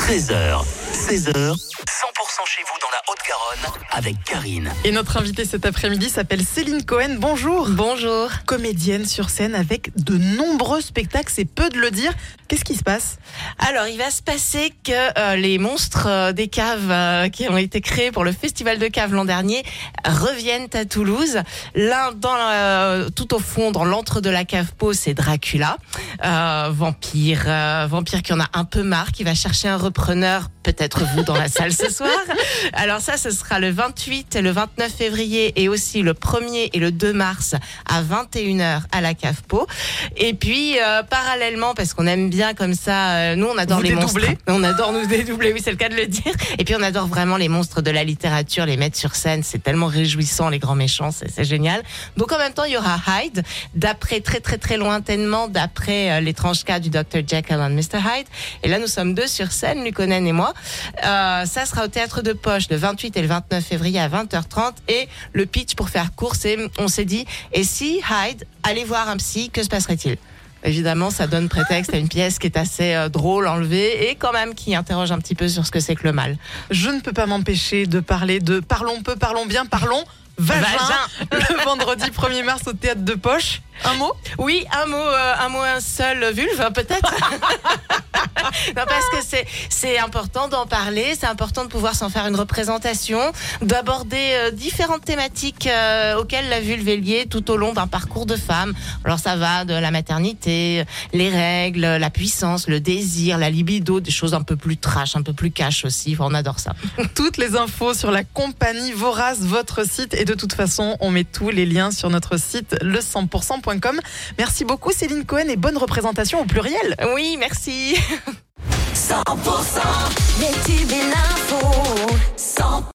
13h, 16h, 100% chez vous dans la Haute-Garonne avec Karine. Et notre invitée cet après-midi s'appelle Céline Cohen. Bonjour. Bonjour. Comédienne sur scène avec de nombreux spectacles, c'est peu de le dire. Qu'est-ce qui se passe ? Alors, il va se passer que les monstres des caves qui ont été créés pour le Festival de Caves l'an dernier reviennent à Toulouse. L'un tout au fond, dans l'antre de la cave Pau, c'est Dracula, vampire qui en a un peu marre, qui va chercher un repreneur, peut-être vous dans la salle ce soir. Alors ça, ce sera le 28 et le 29 février et aussi le 1er et le 2 mars à 21h à la cave Pau. Et puis, parallèlement, parce qu'on aime bien comme ça, nous on adore vous les dédoublez. monstres. On adore nous dédoubler, oui c'est le cas de le dire. Et puis on adore vraiment les monstres de la littérature, les mettre sur scène, c'est tellement réjouissant, les grands méchants, c'est génial. Donc en même temps il y aura Hyde, d'après très lointainement, d'après l'étrange cas du Dr Jekyll and Mr Hyde. Et là nous sommes deux sur scène, Luconen et moi. Ça sera au Théâtre de Poche le 28 et le 29 février à 20h30. Et le pitch, pour faire court, on s'est dit, et si Hyde allait voir un psy, que se passerait-il ? Évidemment, ça donne prétexte à une pièce qui est assez drôle, enlevée, et quand même qui interroge un petit peu sur ce que c'est que le mal. Je ne peux pas m'empêcher de parler de Parlons peu, parlons bien, parlons vagin. Le vendredi 1er mars au Théâtre de Poche. Un mot ? Oui, un mot, un seul, vulve, peut-être. Non, parce que c'est important d'en parler, c'est important de pouvoir s'en faire une représentation, d'aborder différentes thématiques auxquelles la vulve est liée tout au long d'un parcours de femme. Alors ça va de la maternité, les règles, la puissance, le désir, la libido, des choses un peu plus trash, un peu plus cash aussi. Enfin, on adore ça. Toutes les infos sur la compagnie Vorace, votre site, et de toute façon, on met tous les liens sur notre site le100%.com. Merci beaucoup Céline Cohen et bonne représentation au pluriel. Oui, merci.